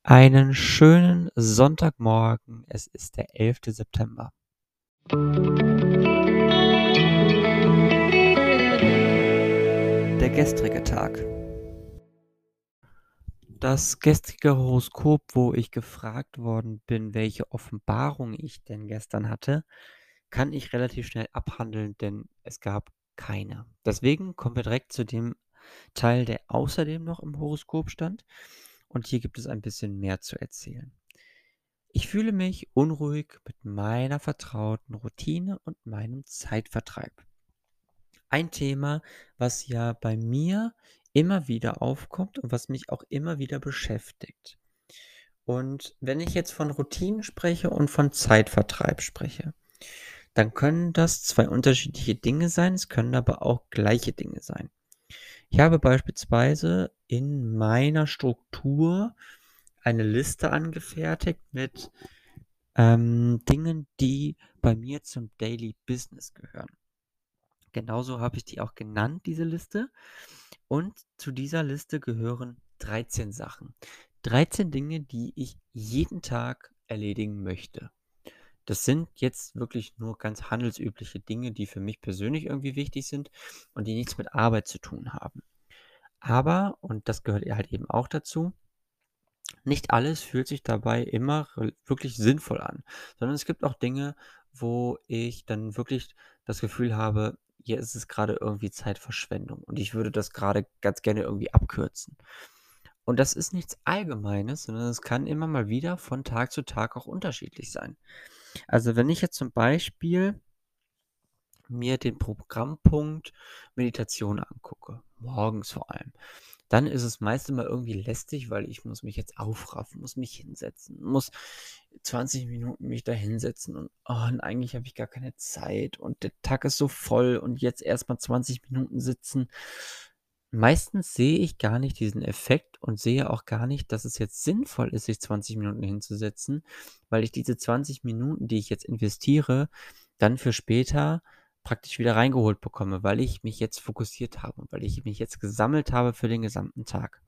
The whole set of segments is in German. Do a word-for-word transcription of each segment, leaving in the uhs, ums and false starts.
Einen schönen Sonntagmorgen. Es ist der elfte September. Der gestrige Tag. Das gestrige Horoskop, wo ich gefragt worden bin, welche Offenbarung ich denn gestern hatte, kann ich relativ schnell abhandeln, denn es gab keine. Deswegen kommen wir direkt zu dem Teil, der außerdem noch im Horoskop stand. Und hier gibt es ein bisschen mehr zu erzählen. Ich fühle mich unruhig mit meiner vertrauten Routine und meinem Zeitvertreib. Ein Thema, was ja bei mir immer wieder aufkommt und was mich auch immer wieder beschäftigt. Und wenn ich jetzt von Routinen spreche und von Zeitvertreib spreche, dann können das zwei unterschiedliche Dinge sein, es können aber auch gleiche Dinge sein. Ich habe beispielsweise in meiner Struktur eine Liste angefertigt mit ähm, Dingen, die bei mir zum Daily Business gehören. Genauso habe ich die auch genannt, diese Liste. Und zu dieser Liste gehören dreizehn Sachen. dreizehn Dinge, die ich jeden Tag erledigen möchte. Das sind jetzt wirklich nur ganz handelsübliche Dinge, die für mich persönlich irgendwie wichtig sind und die nichts mit Arbeit zu tun haben. Aber, und das gehört halt eben auch dazu, nicht alles fühlt sich dabei immer rel wirklich sinnvoll an, sondern es gibt auch Dinge, wo ich dann wirklich das Gefühl habe, hier ist es gerade irgendwie Zeitverschwendung und ich würde das gerade ganz gerne irgendwie abkürzen. Und das ist nichts Allgemeines, sondern es kann immer mal wieder von Tag zu Tag auch unterschiedlich sein. Also, wenn ich jetzt zum Beispiel mir den Programmpunkt Meditation angucke, morgens vor allem, dann ist es meist immer irgendwie lästig, weil ich muss mich jetzt aufraffen, muss mich hinsetzen, muss zwanzig Minuten mich da hinsetzen und, oh, und eigentlich habe ich gar keine Zeit und der Tag ist so voll und jetzt erst mal zwanzig Minuten sitzen. Meistens sehe ich gar nicht diesen Effekt und sehe auch gar nicht, dass es jetzt sinnvoll ist, sich zwanzig Minuten hinzusetzen, weil ich diese zwanzig Minuten, die ich jetzt investiere, dann für später praktisch wieder reingeholt bekomme, weil ich mich jetzt fokussiert habe und weil ich mich jetzt gesammelt habe für den gesamten Tag.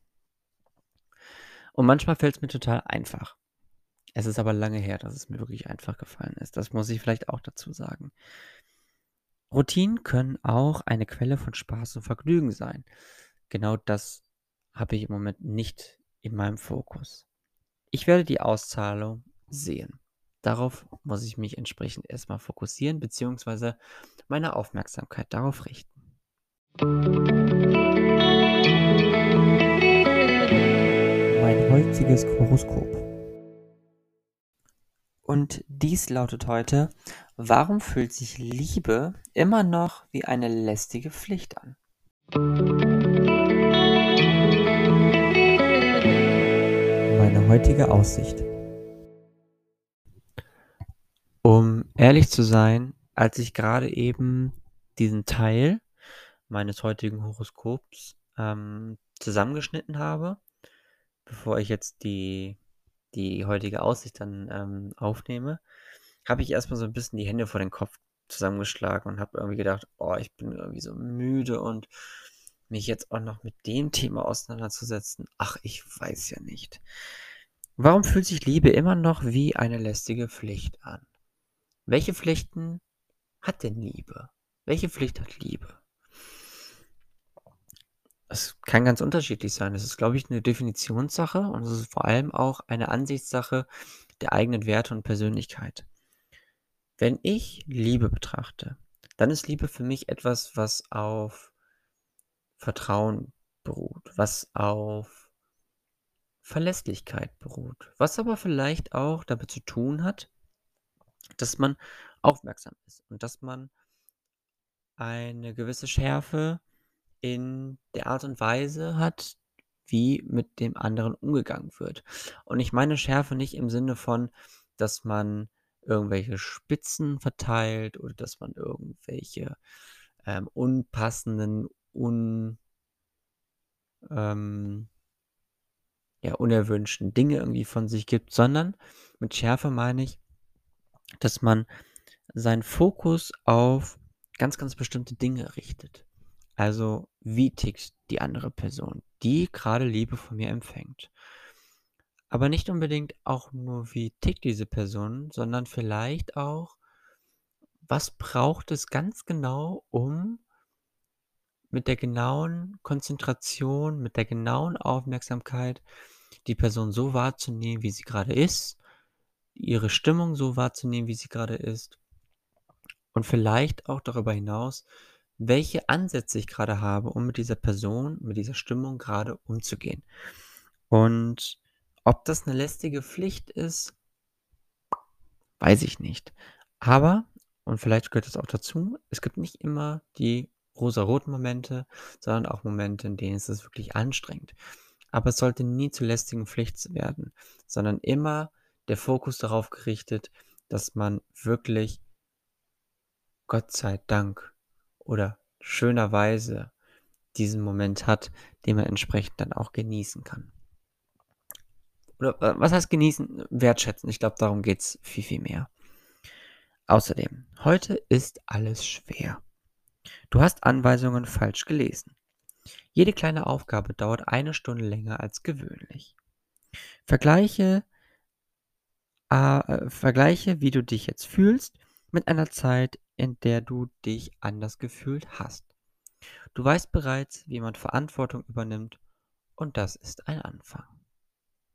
Und manchmal fällt es mir total einfach. Es ist aber lange her, dass es mir wirklich einfach gefallen ist. Das muss ich vielleicht auch dazu sagen. Routinen können auch eine Quelle von Spaß und Vergnügen sein. Genau das habe ich im Moment nicht in meinem Fokus. Ich werde die Auszahlung sehen. Darauf muss ich mich entsprechend erstmal fokussieren, beziehungsweise meine Aufmerksamkeit darauf richten. Mein heutiges Horoskop. Und dies lautet heute: Warum fühlt sich Liebe immer noch wie eine lästige Pflicht an? Meine heutige Aussicht. Um ehrlich zu sein, als ich gerade eben diesen Teil meines heutigen Horoskops ähm, zusammengeschnitten habe, bevor ich jetzt die, die heutige Aussicht dann ähm, aufnehme, habe ich erstmal so ein bisschen die Hände vor den Kopf zusammengeschlagen und habe irgendwie gedacht, oh, ich bin irgendwie so müde und mich jetzt auch noch mit dem Thema auseinanderzusetzen, ach, ich weiß ja nicht. Warum fühlt sich Liebe immer noch wie eine lästige Pflicht an? Welche Pflichten hat denn Liebe? Welche Pflicht hat Liebe? Es kann ganz unterschiedlich sein. Es ist, glaube ich, eine Definitionssache und es ist vor allem auch eine Ansichtssache der eigenen Werte und Persönlichkeit. Wenn ich Liebe betrachte, dann ist Liebe für mich etwas, was auf Vertrauen beruht, was auf Verlässlichkeit beruht, was aber vielleicht auch damit zu tun hat, dass man aufmerksam ist und dass man eine gewisse Schärfe in der Art und Weise hat, wie mit dem anderen umgegangen wird. Und ich meine Schärfe nicht im Sinne von, dass man irgendwelche Spitzen verteilt oder dass man irgendwelche ähm, unpassenden, un, ähm, ja, unerwünschten Dinge irgendwie von sich gibt, sondern mit Schärfe meine ich, dass man seinen Fokus auf ganz, ganz bestimmte Dinge richtet. Also, wie tickt die andere Person, die gerade Liebe von mir empfängt? Aber nicht unbedingt auch nur, wie tickt diese Person, sondern vielleicht auch, was braucht es ganz genau, um mit der genauen Konzentration, mit der genauen Aufmerksamkeit die Person so wahrzunehmen, wie sie gerade ist, ihre Stimmung so wahrzunehmen, wie sie gerade ist und vielleicht auch darüber hinaus, welche Ansätze ich gerade habe, um mit dieser Person, mit dieser Stimmung gerade umzugehen. Und ob das eine lästige Pflicht ist, weiß ich nicht. Aber, und vielleicht gehört das auch dazu, es gibt nicht immer die rosaroten Momente, sondern auch Momente, in denen ist es wirklich anstrengend. Aber es sollte nie zur lästigen Pflicht werden, sondern immer der Fokus darauf gerichtet, dass man wirklich, Gott sei Dank oder schönerweise, diesen Moment hat, den man entsprechend dann auch genießen kann. Oder, äh, was heißt genießen? Wertschätzen. Ich glaube, darum geht's viel, viel mehr. Außerdem, heute ist alles schwer. Du hast Anweisungen falsch gelesen. Jede kleine Aufgabe dauert eine Stunde länger als gewöhnlich. Vergleiche, äh, äh, vergleiche, wie du dich jetzt fühlst, mit einer Zeit, in der du dich anders gefühlt hast. Du weißt bereits, wie man Verantwortung übernimmt, und das ist ein Anfang.